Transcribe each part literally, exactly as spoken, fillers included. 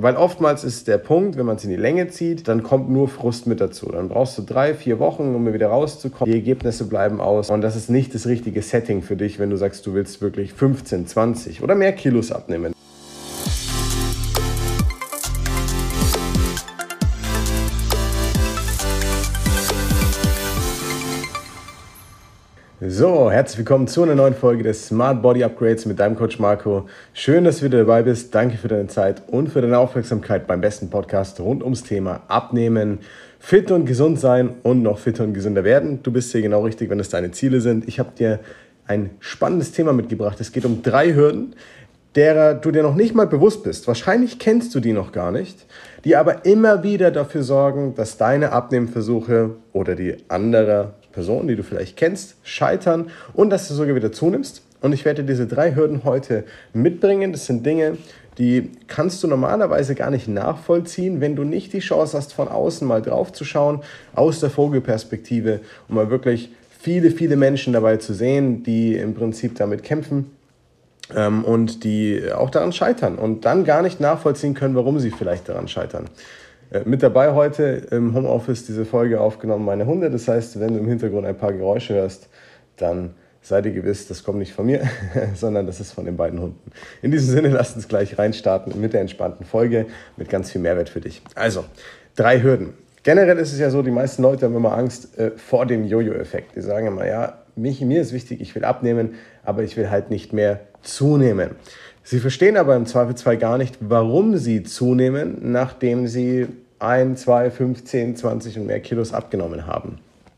Weil oftmals ist der Punkt, wenn man es in die Länge zieht, dann kommt nur Frust mit dazu. Dann brauchst du drei, vier Wochen, um wieder rauszukommen. Die Ergebnisse bleiben aus und das ist nicht das richtige Setting für dich, wenn du sagst, du willst wirklich fünfzehn, zwanzig oder mehr Kilos abnehmen. So, herzlich willkommen zu einer neuen Folge des Smart Body Upgrades mit deinem Coach Marco. Schön, dass du wieder dabei bist. Danke für deine Zeit und für deine Aufmerksamkeit beim besten Podcast rund ums Thema Abnehmen, fit und gesund sein und noch fitter und gesünder werden. Du bist hier genau richtig, wenn es deine Ziele sind. Ich habe dir ein spannendes Thema mitgebracht. Es geht um drei Hürden, derer du dir noch nicht mal bewusst bist. Wahrscheinlich kennst du die noch gar nicht, die aber immer wieder dafür sorgen, dass deine Abnehmversuche oder die anderer Personen, die du vielleicht kennst, scheitern und dass du sogar wieder zunimmst. Und ich werde diese drei Hürden heute mitbringen. Das sind Dinge, die kannst du normalerweise gar nicht nachvollziehen, wenn du nicht die Chance hast, von außen mal drauf zu schauen, aus der Vogelperspektive, um mal wirklich viele, viele Menschen dabei zu sehen, die im Prinzip damit kämpfen ähm, und die auch daran scheitern und dann gar nicht nachvollziehen können, warum sie vielleicht daran scheitern. Mit dabei heute im Homeoffice diese Folge aufgenommen meine Hunde. Das heißt, wenn du im Hintergrund ein paar Geräusche hörst, dann sei dir gewiss, das kommt nicht von mir, sondern das ist von den beiden Hunden. In diesem Sinne, lasst uns gleich reinstarten mit der entspannten Folge mit ganz viel Mehrwert für dich. Also, drei Hürden. Generell ist es ja so, die meisten Leute haben immer Angst äh, vor dem Jojo-Effekt. Die sagen immer, ja, mich, mir ist wichtig, ich will abnehmen, aber ich will halt nicht mehr zunehmen. Sie verstehen aber im Zweifelsfall gar nicht, warum sie zunehmen, nachdem sie ein, zwei, fünf, zehn, zwanzig und mehr Kilos abgenommen haben.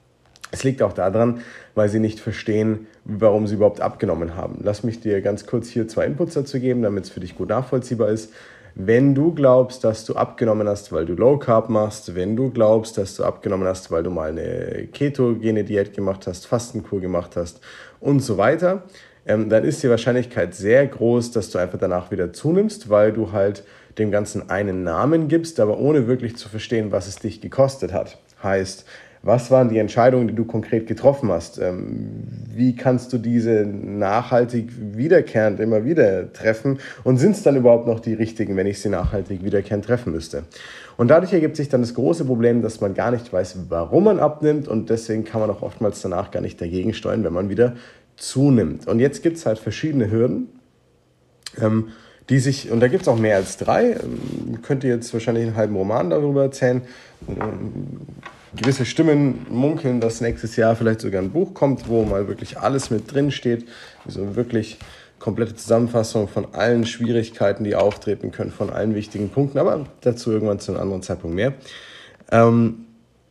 Es liegt auch daran, weil sie nicht verstehen, warum sie überhaupt abgenommen haben. Lass mich dir ganz kurz hier zwei Inputs dazu geben, damit es für dich gut nachvollziehbar ist. Wenn du glaubst, dass du abgenommen hast, weil du Low Carb machst, wenn du glaubst, dass du abgenommen hast, weil du mal eine ketogene Diät gemacht hast, Fastenkur gemacht hast und so weiter, ähm, dann ist die Wahrscheinlichkeit sehr groß, dass du einfach danach wieder zunimmst, weil du halt dem Ganzen einen Namen gibst, aber ohne wirklich zu verstehen, was es dich gekostet hat. Heißt, was waren die Entscheidungen, die du konkret getroffen hast? Ähm, wie kannst du diese nachhaltig wiederkehrend immer wieder treffen? Und sind es dann überhaupt noch die richtigen, wenn ich sie nachhaltig wiederkehrend treffen müsste? Und dadurch ergibt sich dann das große Problem, dass man gar nicht weiß, warum man abnimmt. Und deswegen kann man auch oftmals danach gar nicht dagegen steuern, wenn man wieder zunimmt. Und jetzt gibt es halt verschiedene Hürden, ähm, die sich, und da gibt es auch mehr als drei, ähm, könnt ihr jetzt wahrscheinlich einen halben Roman darüber erzählen. Ähm, gewisse Stimmen munkeln, dass nächstes Jahr vielleicht sogar ein Buch kommt, wo mal wirklich alles mit drin steht, so wirklich komplette Zusammenfassung von allen Schwierigkeiten, die auftreten können, von allen wichtigen Punkten, aber dazu irgendwann zu einem anderen Zeitpunkt mehr. Ähm,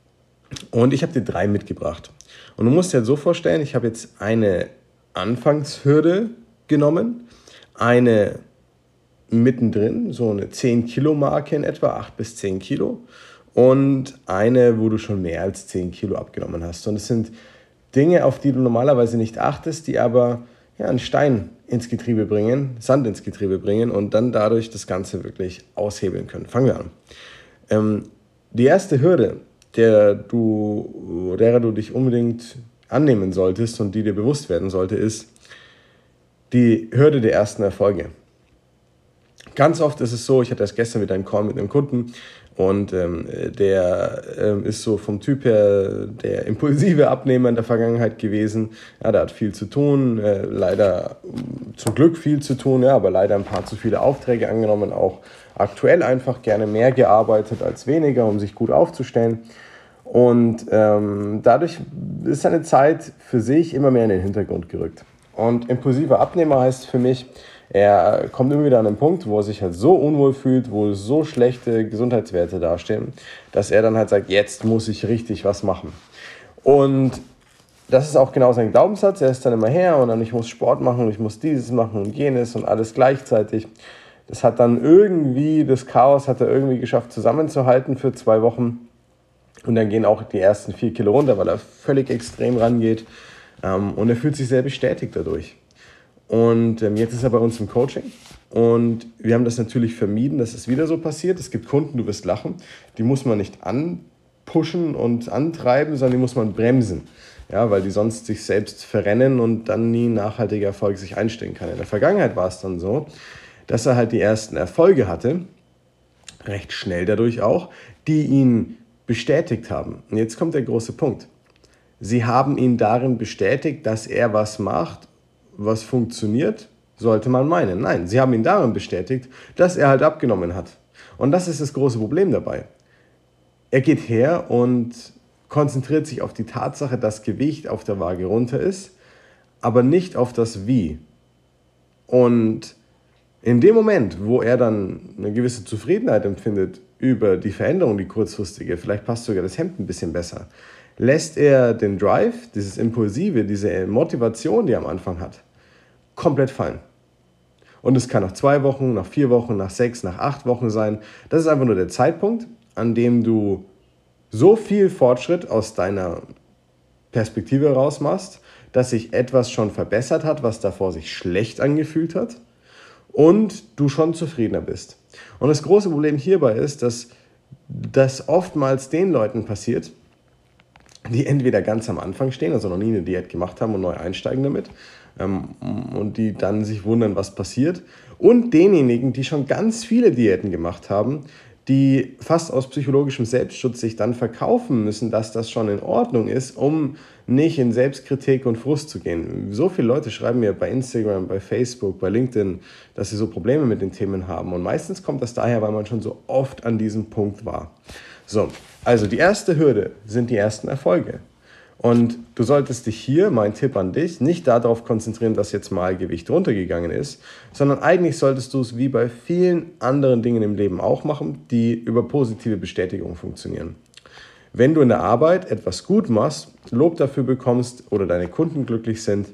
und ich habe dir drei mitgebracht. Und du musst dir halt so vorstellen, ich habe jetzt eine Anfangshürde genommen, eine mittendrin, so eine zehn Kilo Marke in etwa, acht bis zehn Kilo und eine, wo du schon mehr als zehn Kilo abgenommen hast. Und es sind Dinge, auf die du normalerweise nicht achtest, die aber ja, einen Stein ins Getriebe bringen, Sand ins Getriebe bringen und dann dadurch das Ganze wirklich aushebeln können. Fangen wir an. Ähm, die erste Hürde, der du, derer du dich unbedingt annehmen solltest und die dir bewusst werden sollte, ist die Hürde der ersten Erfolge. Ganz oft ist es so, ich hatte erst gestern wieder einen Call mit einem Kunden und ähm, der ähm, ist so vom Typ her der impulsive Abnehmer in der Vergangenheit gewesen. Ja, der hat viel zu tun, äh, leider zum Glück viel zu tun, ja, aber leider ein paar zu viele Aufträge angenommen, auch aktuell einfach gerne mehr gearbeitet als weniger, um sich gut aufzustellen. Und ähm, dadurch ist seine Zeit für sich immer mehr in den Hintergrund gerückt. Und impulsiver Abnehmer heißt für mich, er kommt immer wieder an einen Punkt, wo er sich halt so unwohl fühlt, wo so schlechte Gesundheitswerte dastehen, dass er dann halt sagt, jetzt muss ich richtig was machen. Und das ist auch genau sein Glaubenssatz. Er ist dann immer her und dann ich muss Sport machen und ich muss dieses machen und jenes und alles gleichzeitig. Das hat dann irgendwie, das Chaos hat er irgendwie geschafft zusammenzuhalten für zwei Wochen. Und dann gehen auch die ersten vier Kilo runter, weil er völlig extrem rangeht. Und er fühlt sich sehr bestätigt dadurch. Und jetzt ist er bei uns im Coaching. Und wir haben das natürlich vermieden, dass es wieder so passiert. Es gibt Kunden, du wirst lachen, die muss man nicht anpushen und antreiben, sondern die muss man bremsen. Ja, weil die sonst sich selbst verrennen und dann nie nachhaltiger Erfolg sich einstellen kann. In der Vergangenheit war es dann so, dass er halt die ersten Erfolge hatte. recht schnell dadurch auch, die ihn bestätigt haben. Und jetzt kommt der große Punkt. Sie haben ihn darin bestätigt, dass er was macht, was funktioniert, sollte man meinen. Nein, sie haben ihn darin bestätigt, dass er halt abgenommen hat. Und das ist das große Problem dabei. Er geht her und konzentriert sich auf die Tatsache, dass Gewicht auf der Waage runter ist, aber nicht auf das Wie. Und in dem Moment, wo er dann eine gewisse Zufriedenheit empfindet über die Veränderung, die kurzfristige, vielleicht passt sogar das Hemd ein bisschen besser, lässt er den Drive, dieses Impulsive, diese Motivation, die er am Anfang hat, komplett fallen. Und es kann nach zwei Wochen, nach vier Wochen, nach sechs, nach acht Wochen sein. Das ist einfach nur der Zeitpunkt, an dem du so viel Fortschritt aus deiner Perspektive heraus machst, dass sich etwas schon verbessert hat, was davor sich schlecht angefühlt hat und du schon zufriedener bist. Und das große Problem hierbei ist, dass das oftmals den Leuten passiert, die entweder ganz am Anfang stehen, also noch nie eine Diät gemacht haben und neu einsteigen damit ähm, und die dann sich wundern, was passiert, und denjenigen, die schon ganz viele Diäten gemacht haben, die fast aus psychologischem Selbstschutz sich dann verkaufen müssen, dass das schon in Ordnung ist, um nicht in Selbstkritik und Frust zu gehen. So viele Leute schreiben mir bei Instagram, bei Facebook, bei LinkedIn, dass sie so Probleme mit den Themen haben. Und meistens kommt das daher, weil man schon so oft an diesem Punkt war. So, also die erste Hürde sind die ersten Erfolge. Und du solltest dich hier, mein Tipp an dich, nicht darauf konzentrieren, dass jetzt mal Gewicht runtergegangen ist, sondern eigentlich solltest du es wie bei vielen anderen Dingen im Leben auch machen, die über positive Bestätigung funktionieren. Wenn du in der Arbeit etwas gut machst, Lob dafür bekommst oder deine Kunden glücklich sind,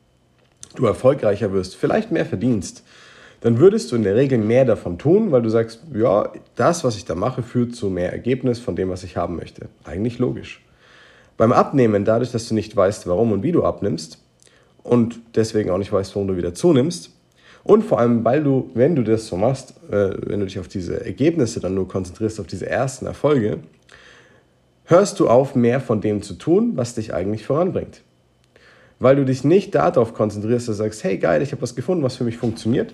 du erfolgreicher wirst, vielleicht mehr verdienst, dann würdest du in der Regel mehr davon tun, weil du sagst, ja, das, was ich da mache, führt zu mehr Ergebnis von dem, was ich haben möchte. Eigentlich logisch. Beim Abnehmen, dadurch, dass du nicht weißt, warum und wie du abnimmst und deswegen auch nicht weißt, warum du wieder zunimmst und vor allem, weil du, wenn du das so machst, äh, wenn du dich auf diese Ergebnisse dann nur konzentrierst, auf diese ersten Erfolge, hörst du auf, mehr von dem zu tun, was dich eigentlich voranbringt. Weil du dich nicht darauf konzentrierst, dass du sagst, hey geil, ich habe was gefunden, was für mich funktioniert.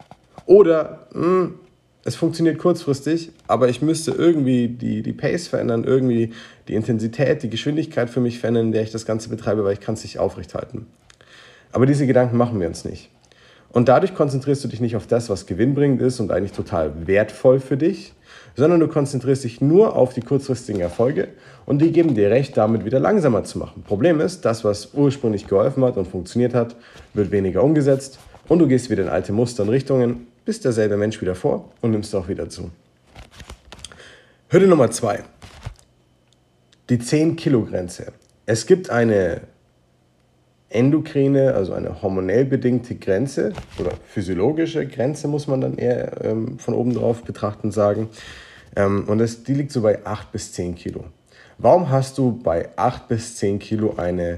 Oder, mh, es funktioniert kurzfristig, aber ich müsste irgendwie die, die Pace verändern, irgendwie die Intensität, die Geschwindigkeit für mich verändern, in der ich das Ganze betreibe, weil ich kann es nicht aufrechthalten. Aber diese Gedanken machen wir uns nicht. Und dadurch konzentrierst du dich nicht auf das, was gewinnbringend ist und eigentlich total wertvoll für dich, sondern du konzentrierst dich nur auf die kurzfristigen Erfolge und die geben dir recht, damit wieder langsamer zu machen. Problem ist, das, was ursprünglich geholfen hat und funktioniert hat, wird weniger umgesetzt und du gehst wieder in alte Muster und Richtungen, bist derselbe Mensch wieder vor und nimmst auch wieder zu. Hürde Nummer zwei. Die zehn-Kilo-Grenze. Es gibt eine endokrine, also eine hormonell bedingte Grenze oder physiologische Grenze, muss man dann eher ähm, von oben drauf betrachten sagen. Ähm, und das, die liegt so bei acht bis zehn Kilo. Warum hast du bei acht bis zehn Kilo eine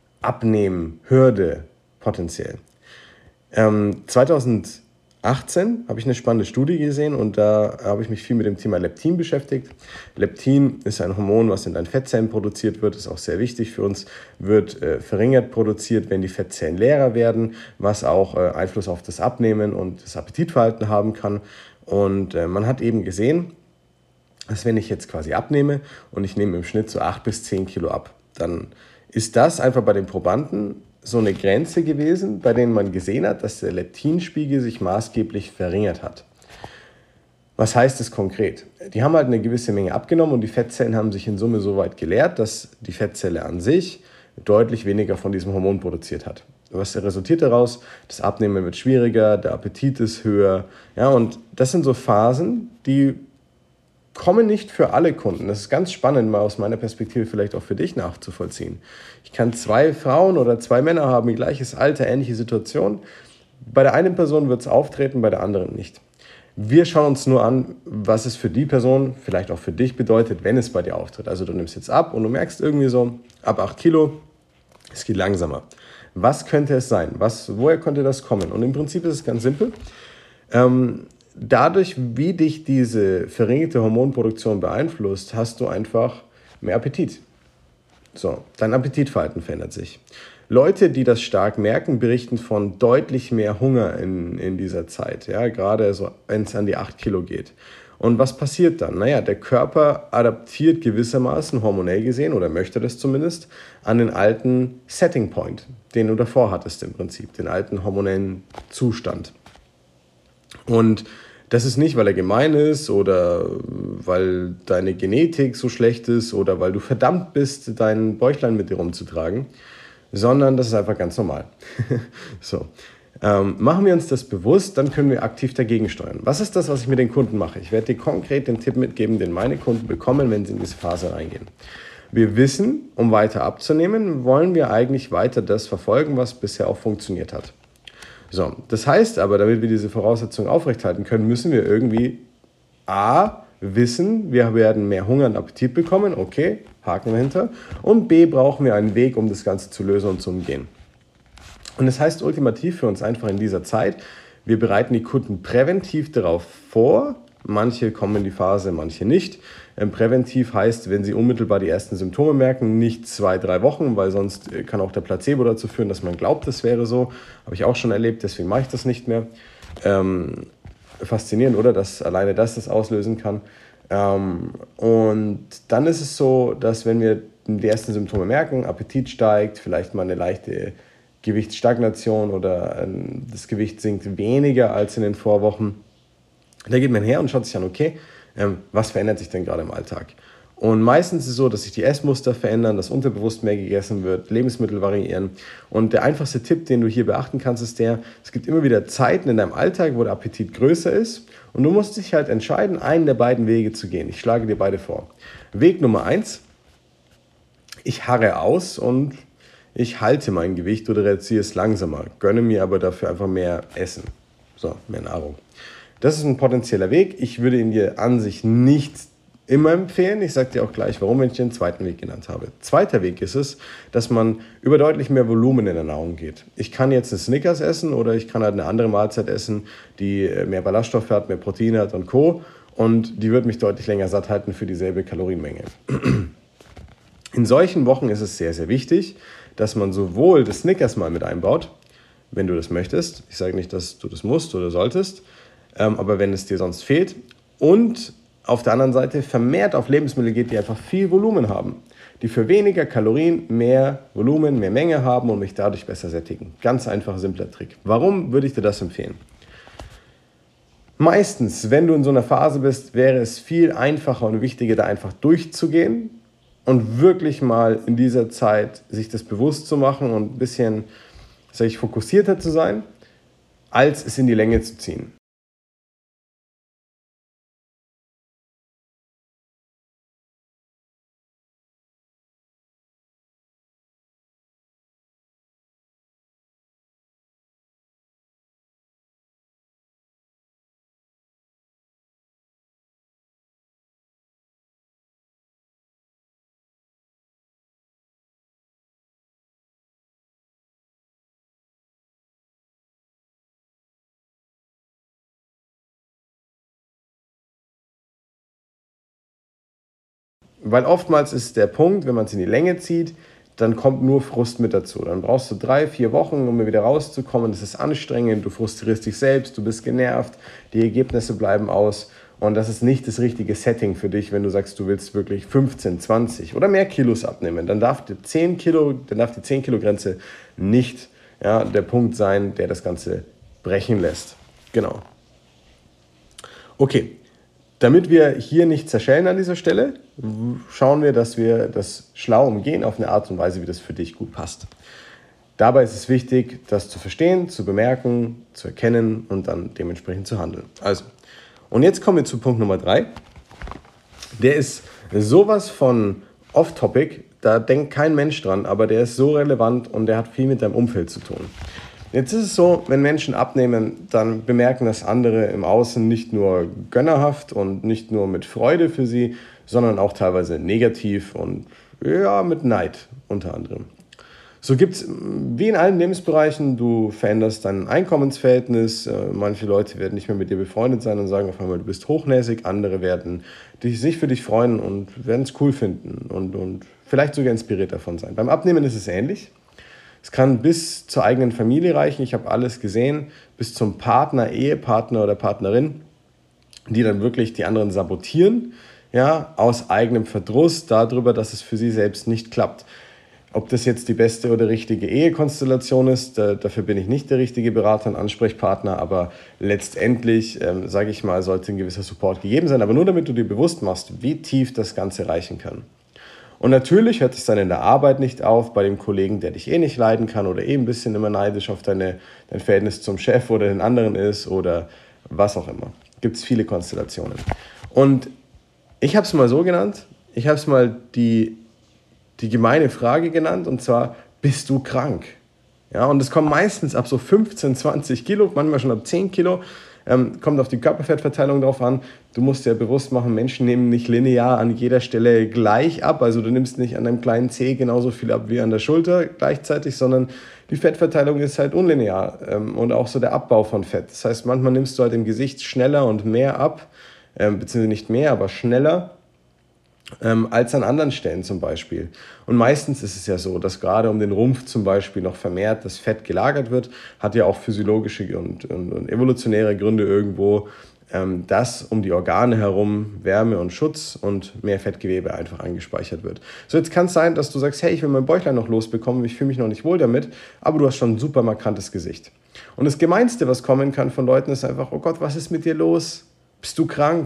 Abnehmhürde potenziell? Ähm, zweitausendachtzehn habe ich eine spannende Studie gesehen und da habe ich mich viel mit dem Thema Leptin beschäftigt. Leptin ist ein Hormon, was in deinen Fettzellen produziert wird, ist auch sehr wichtig für uns, wird äh, verringert produziert, wenn die Fettzellen leerer werden, was auch äh, Einfluss auf das Abnehmen und das Appetitverhalten haben kann. Und äh, man hat eben gesehen, dass wenn ich jetzt quasi abnehme und ich nehme im Schnitt so acht bis zehn Kilo ab, dann ist das einfach bei den Probanden so eine Grenze gewesen, bei denen man gesehen hat, dass der Leptinspiegel sich maßgeblich verringert hat. Was heißt das konkret? Die haben halt eine gewisse Menge abgenommen und die Fettzellen haben sich in Summe so weit geleert, dass die Fettzelle an sich deutlich weniger von diesem Hormon produziert hat. Was resultiert daraus? Das Abnehmen wird schwieriger, der Appetit ist höher. Ja, und das sind so Phasen, die kommen nicht für alle Kunden. Das ist ganz spannend, mal aus meiner Perspektive vielleicht auch für dich nachzuvollziehen. Ich kann zwei Frauen oder zwei Männer haben, gleiches Alter, ähnliche Situation. Bei der einen Person wird es auftreten, bei der anderen nicht. Wir schauen uns nur an, was es für die Person, vielleicht auch für dich bedeutet, wenn es bei dir auftritt. Also du nimmst jetzt ab und du merkst irgendwie so, ab acht Kilo, es geht langsamer. Was könnte es sein? Was, woher könnte das kommen? Und im Prinzip ist es ganz simpel. Ähm, Dadurch, wie dich diese verringerte Hormonproduktion beeinflusst, hast du einfach mehr Appetit. So, dein Appetitverhalten verändert sich. Leute, die das stark merken, berichten von deutlich mehr Hunger in, in dieser Zeit, ja, gerade so, wenn es an die acht Kilo geht. Und was passiert dann? Naja, der Körper adaptiert gewissermaßen, hormonell gesehen, oder möchte das zumindest, an den alten Setting Point, den du davor hattest im Prinzip, den alten hormonellen Zustand. Und das ist nicht, weil er gemein ist oder weil deine Genetik so schlecht ist oder weil du verdammt bist, dein Bäuchlein mit dir rumzutragen, sondern das ist einfach ganz normal. So. Ähm, machen wir uns das bewusst, dann können wir aktiv dagegen steuern. Was ist das, was ich mit den Kunden mache? Ich werde dir konkret den Tipp mitgeben, den meine Kunden bekommen, wenn sie in diese Phase reingehen. Wir wissen, um weiter abzunehmen, wollen wir eigentlich weiter das verfolgen, was bisher auch funktioniert hat. So, das heißt aber, damit wir diese Voraussetzungen aufrechthalten können, müssen wir irgendwie A, wissen, wir werden mehr Hunger und Appetit bekommen, okay, Haken dahinter, und B, brauchen wir einen Weg, um das Ganze zu lösen und zu umgehen. Und das heißt ultimativ für uns einfach in dieser Zeit, wir bereiten die Kunden präventiv darauf vor. Manche kommen in die Phase, manche nicht. Ähm, präventiv heißt, wenn sie unmittelbar die ersten Symptome merken, nicht zwei, drei Wochen, weil sonst kann auch der Placebo dazu führen, dass man glaubt, das wäre so. Habe ich auch schon erlebt, deswegen mache ich das nicht mehr. Ähm, faszinierend, oder? Dass alleine das das auslösen kann. Ähm, und dann ist es so, dass wenn wir die ersten Symptome merken, Appetit steigt, vielleicht mal eine leichte Gewichtsstagnation oder das Gewicht sinkt weniger als in den Vorwochen. Da geht man her und schaut sich an, okay, ähm, was verändert sich denn gerade im Alltag? Und meistens ist es so, dass sich die Essmuster verändern, dass unterbewusst mehr gegessen wird, Lebensmittel variieren. Und der einfachste Tipp, den du hier beachten kannst, ist der, es gibt immer wieder Zeiten in deinem Alltag, wo der Appetit größer ist. Und du musst dich halt entscheiden, einen der beiden Wege zu gehen. Ich schlage dir beide vor. Weg Nummer eins, ich harre aus und ich halte mein Gewicht oder reduziere es langsamer, gönne mir aber dafür einfach mehr Essen, so, mehr Nahrung. Das ist ein potenzieller Weg. Ich würde ihn dir an sich nicht immer empfehlen. Ich sage dir auch gleich, warum, wenn ich den zweiten Weg genannt habe. Zweiter Weg ist es, dass man über deutlich mehr Volumen in der Nahrung geht. Ich kann jetzt eine Snickers essen oder ich kann halt eine andere Mahlzeit essen, die mehr Ballaststoffe hat, mehr Proteine hat und Co. Und die wird mich deutlich länger satt halten für dieselbe Kalorienmenge. In solchen Wochen ist es sehr, sehr wichtig, dass man sowohl das Snickers mal mit einbaut, wenn du das möchtest. Ich sage nicht, dass du das musst oder solltest, ähm, aber wenn es dir sonst fehlt. Und auf der anderen Seite vermehrt auf Lebensmittel geht, die einfach viel Volumen haben, die für weniger Kalorien mehr Volumen, mehr Menge haben und mich dadurch besser sättigen. Ganz einfacher, simpler Trick. Warum würde ich dir das empfehlen? Meistens, wenn du in so einer Phase bist, wäre es viel einfacher und wichtiger, da einfach durchzugehen und wirklich mal in dieser Zeit sich das bewusst zu machen und ein bisschen, sag ich, fokussierter zu sein, als es in die Länge zu ziehen. Weil oftmals ist der Punkt, wenn man es in die Länge zieht, dann kommt nur Frust mit dazu. Dann brauchst du drei, vier Wochen, um wieder rauszukommen. Das ist anstrengend, du frustrierst dich selbst, du bist genervt, die Ergebnisse bleiben aus. Und das ist nicht das richtige Setting für dich, wenn du sagst, du willst wirklich fünfzehn, zwanzig oder mehr Kilos abnehmen. Dann darf die zehn Kilo, dann darf die zehn Kilo Grenze nicht, ja, der Punkt sein, der das Ganze brechen lässt. Genau. Okay. Damit wir hier nicht zerschellen an dieser Stelle, schauen wir, dass wir das schlau umgehen auf eine Art und Weise, wie das für dich gut passt. Dabei ist es wichtig, das zu verstehen, zu bemerken, zu erkennen und dann dementsprechend zu handeln. Also, und jetzt kommen wir zu Punkt Nummer drei. Der ist sowas von off-topic, da denkt kein Mensch dran, aber der ist so relevant und der hat viel mit deinem Umfeld zu tun. Jetzt ist es so, wenn Menschen abnehmen, dann bemerken das andere im Außen nicht nur gönnerhaft und nicht nur mit Freude für sie, sondern auch teilweise negativ und ja, mit Neid unter anderem. So gibt es, wie in allen Lebensbereichen, du veränderst dein Einkommensverhältnis, manche Leute werden nicht mehr mit dir befreundet sein und sagen auf einmal, du bist hochnäsig, andere werden dich, sich für dich freuen und werden es cool finden und, und vielleicht sogar inspiriert davon sein. Beim Abnehmen ist es ähnlich. Es kann bis zur eigenen Familie reichen, ich habe alles gesehen, bis zum Partner, Ehepartner oder Partnerin, die dann wirklich die anderen sabotieren, ja, aus eigenem Verdruss darüber, dass es für sie selbst nicht klappt. Ob das jetzt die beste oder richtige Ehekonstellation ist, da, dafür bin ich nicht der richtige Berater und Ansprechpartner, aber letztendlich, ähm, sage ich mal, sollte ein gewisser Support gegeben sein, aber nur damit du dir bewusst machst, wie tief das Ganze reichen kann. Und natürlich hört es dann in der Arbeit nicht auf, bei dem Kollegen, der dich eh nicht leiden kann oder eh ein bisschen immer neidisch auf deine, dein Verhältnis zum Chef oder den anderen ist oder was auch immer. Gibt es viele Konstellationen. Und ich habe es mal so genannt, ich habe es mal die die gemeine Frage genannt, und zwar, bist du krank? Ja, und das kommt meistens ab so fünfzehn, zwanzig Kilo, manchmal schon ab zehn Kilo, ähm, kommt auf die Körperfettverteilung drauf an. Du musst dir bewusst machen, Menschen nehmen nicht linear an jeder Stelle gleich ab, also du nimmst nicht an deinem kleinen Zeh genauso viel ab wie an der Schulter gleichzeitig, sondern die Fettverteilung ist halt unlinear ähm, und auch so der Abbau von Fett. Das heißt, manchmal nimmst du halt im Gesicht schneller und mehr ab, ähm, beziehungsweise nicht mehr, aber schneller, Ähm, als an anderen Stellen zum Beispiel. Und meistens ist es ja so, dass gerade um den Rumpf zum Beispiel noch vermehrt das Fett gelagert wird, hat ja auch physiologische und, und, und evolutionäre Gründe irgendwo, ähm, dass um die Organe herum Wärme und Schutz und mehr Fettgewebe einfach eingespeichert wird. So, jetzt kann es sein, dass du sagst, hey, ich will mein Bäuchlein noch losbekommen, ich fühle mich noch nicht wohl damit, aber du hast schon ein super markantes Gesicht. Und das Gemeinste, was kommen kann von Leuten, ist einfach, oh Gott, was ist mit dir los? Bist du krank?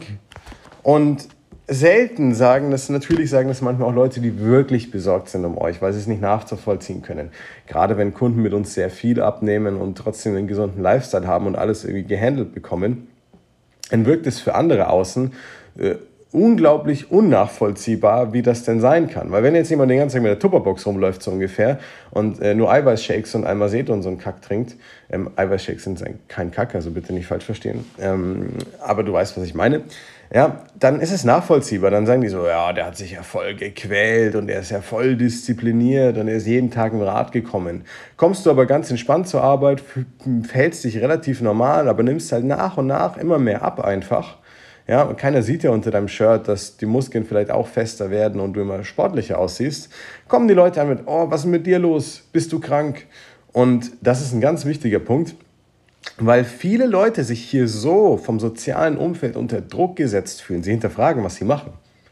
Und selten sagen das, natürlich sagen das manchmal auch Leute, die wirklich besorgt sind um euch, weil sie es nicht nachvollziehen können. Gerade wenn Kunden mit uns sehr viel abnehmen und trotzdem einen gesunden Lifestyle haben und alles irgendwie gehandelt bekommen, dann wirkt es für andere außen äh, unglaublich unnachvollziehbar, wie das denn sein kann. Weil wenn jetzt jemand den ganzen Tag mit der Tupperbox rumläuft, so ungefähr, und äh, nur Eiweißshakes und Almacet und so einen Kack trinkt, ähm, Eiweißshakes sind kein Kack, also bitte nicht falsch verstehen, ähm, aber du weißt, was ich meine, ja, dann ist es nachvollziehbar. Dann sagen die so, ja, der hat sich ja voll gequält und er ist ja voll diszipliniert und er ist jeden Tag im Rad gekommen. Kommst du aber ganz entspannt zur Arbeit, verhältst dich relativ normal, aber nimmst halt nach und nach immer mehr ab einfach. Ja, und keiner sieht ja unter deinem Shirt, dass die Muskeln vielleicht auch fester werden und du immer sportlicher aussiehst. Kommen die Leute an mit, oh, was ist mit dir los? Bist du krank? Und das ist ein ganz wichtiger Punkt, weil viele Leute sich hier so vom sozialen Umfeld unter Druck gesetzt fühlen. Sie hinterfragen, was sie machen.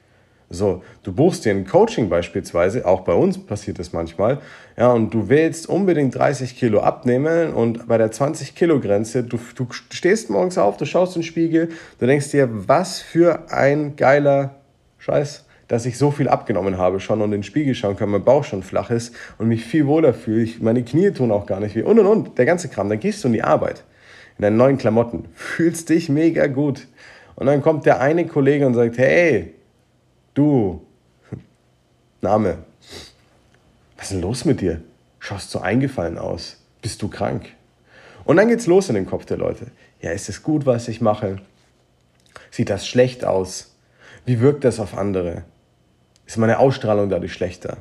So, du buchst dir ein Coaching beispielsweise, auch bei uns passiert das manchmal, ja, und du willst unbedingt dreißig Kilo abnehmen und bei der zwanzig Kilo Grenze, du, du stehst morgens auf, du schaust in den Spiegel, du denkst dir, was für ein geiler Scheiß, dass ich so viel abgenommen habe schon und in den Spiegel schauen kann, mein Bauch schon flach ist und mich viel wohler fühle, ich, meine Knie tun auch gar nicht weh und und und, der ganze Kram, dann gehst du in die Arbeit, in deinen neuen Klamotten, fühlst dich mega gut und dann kommt der eine Kollege und sagt, hey, du, Name, was ist denn los mit dir? Schaust so eingefallen aus. Bist du krank? Und dann geht's los in den Kopf der Leute. Ja, ist es gut, was ich mache? Sieht das schlecht aus? Wie wirkt das auf andere? Ist meine Ausstrahlung dadurch schlechter?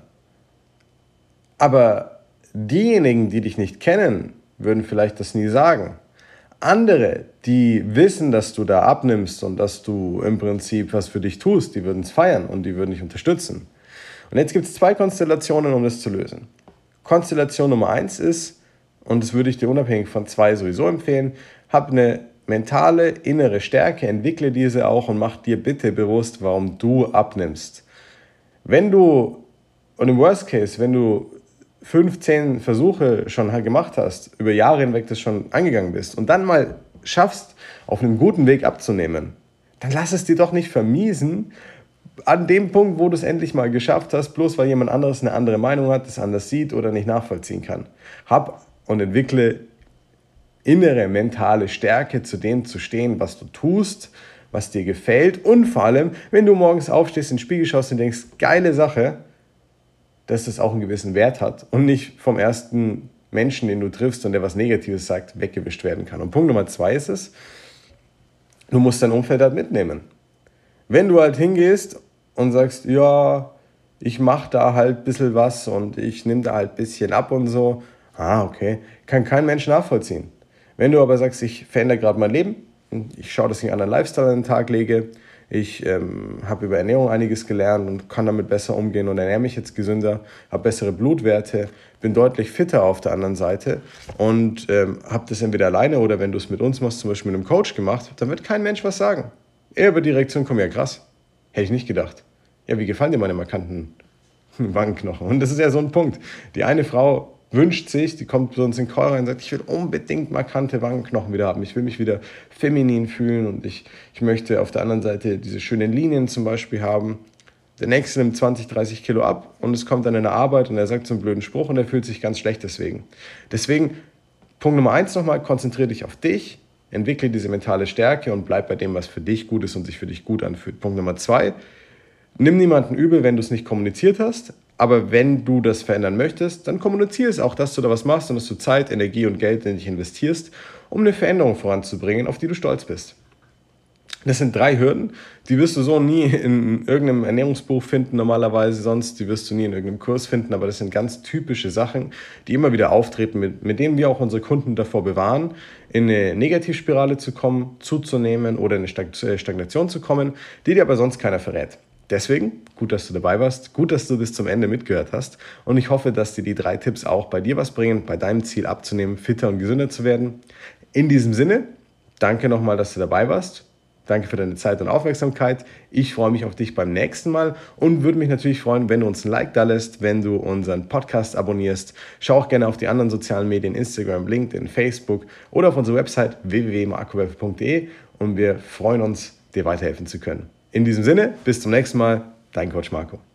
Aber diejenigen, die dich nicht kennen, würden vielleicht das nie sagen. Andere, die wissen, dass du da abnimmst und dass du im Prinzip was für dich tust, die würden es feiern und die würden dich unterstützen. Und jetzt gibt es zwei Konstellationen, um das zu lösen. Konstellation Nummer eins ist, und das würde ich dir unabhängig von zwei sowieso empfehlen, hab eine mentale, innere Stärke, entwickle diese auch und mach dir bitte bewusst, warum du abnimmst. Wenn du, und im Worst Case, wenn du fünfzehn Versuche schon gemacht hast, über Jahre hinweg das schon angegangen bist und dann mal schaffst, auf einem guten Weg abzunehmen, dann lass es dir doch nicht vermiesen, an dem Punkt, wo du es endlich mal geschafft hast, bloß weil jemand anderes eine andere Meinung hat, das anders sieht oder nicht nachvollziehen kann. Hab und entwickle innere mentale Stärke, zu dem zu stehen, was du tust, was dir gefällt und vor allem, wenn du morgens aufstehst, in den Spiegel schaust und denkst, geile Sache, dass das auch einen gewissen Wert hat und nicht vom ersten Menschen, den du triffst und der was Negatives sagt, weggewischt werden kann. Und Punkt Nummer zwei ist es, du musst dein Umfeld halt mitnehmen. Wenn du halt hingehst und sagst, ja, ich mache da halt ein bisschen was und ich nehme da halt ein bisschen ab und so, ah, okay, kann kein Mensch nachvollziehen. Wenn du aber sagst, ich verändere gerade mein Leben, ich schaue, dass ich einen anderen Lifestyle an den Tag lege, ich ähm, habe über Ernährung einiges gelernt und kann damit besser umgehen und ernähre mich jetzt gesünder, habe bessere Blutwerte, bin deutlich fitter auf der anderen Seite und ähm, habe das entweder alleine oder wenn du es mit uns machst, zum Beispiel mit einem Coach gemacht, dann wird kein Mensch was sagen. eher über die Reaktion kommen, ja krass, hätte ich nicht gedacht. Ja, wie gefallen dir meine markanten Wangenknochen? Und das ist ja so ein Punkt. Die eine Frau wünscht sich, die kommt zu uns in den Call rein und sagt, ich will unbedingt markante Wangenknochen wieder haben. Ich will mich wieder feminin fühlen und ich, ich möchte auf der anderen Seite diese schönen Linien zum Beispiel haben. Der Nächste nimmt zwanzig, dreißig Kilo ab und es kommt dann in der Arbeit und er sagt so einen blöden Spruch und er fühlt sich ganz schlecht deswegen. Deswegen, Punkt Nummer eins nochmal, konzentriere dich auf dich, entwickle diese mentale Stärke und bleib bei dem, was für dich gut ist und sich für dich gut anfühlt. Punkt Nummer zwei, nimm niemanden übel, wenn du es nicht kommuniziert hast, aber wenn du das verändern möchtest, dann kommuniziere es auch, dass du da was machst und dass du Zeit, Energie und Geld in dich investierst, um eine Veränderung voranzubringen, auf die du stolz bist. Das sind drei Hürden, die wirst du so nie in irgendeinem Ernährungsbuch finden normalerweise, sonst die wirst du nie in irgendeinem Kurs finden, aber das sind ganz typische Sachen, die immer wieder auftreten, mit, mit denen wir auch unsere Kunden davor bewahren, in eine Negativspirale zu kommen, zuzunehmen oder in eine Stagnation zu kommen, die dir aber sonst keiner verrät. Deswegen, gut, dass du dabei warst, gut, dass du bis zum Ende mitgehört hast und ich hoffe, dass dir die drei Tipps auch bei dir was bringen, bei deinem Ziel abzunehmen, fitter und gesünder zu werden. In diesem Sinne, danke nochmal, dass du dabei warst. Danke für deine Zeit und Aufmerksamkeit. Ich freue mich auf dich beim nächsten Mal und würde mich natürlich freuen, wenn du uns ein Like da lässt, wenn du unseren Podcast abonnierst. Schau auch gerne auf die anderen sozialen Medien, Instagram, LinkedIn, Facebook oder auf unsere Website w w w punkt marco werfer punkt de und wir freuen uns, dir weiterhelfen zu können. In diesem Sinne, bis zum nächsten Mal, dein Coach Marco.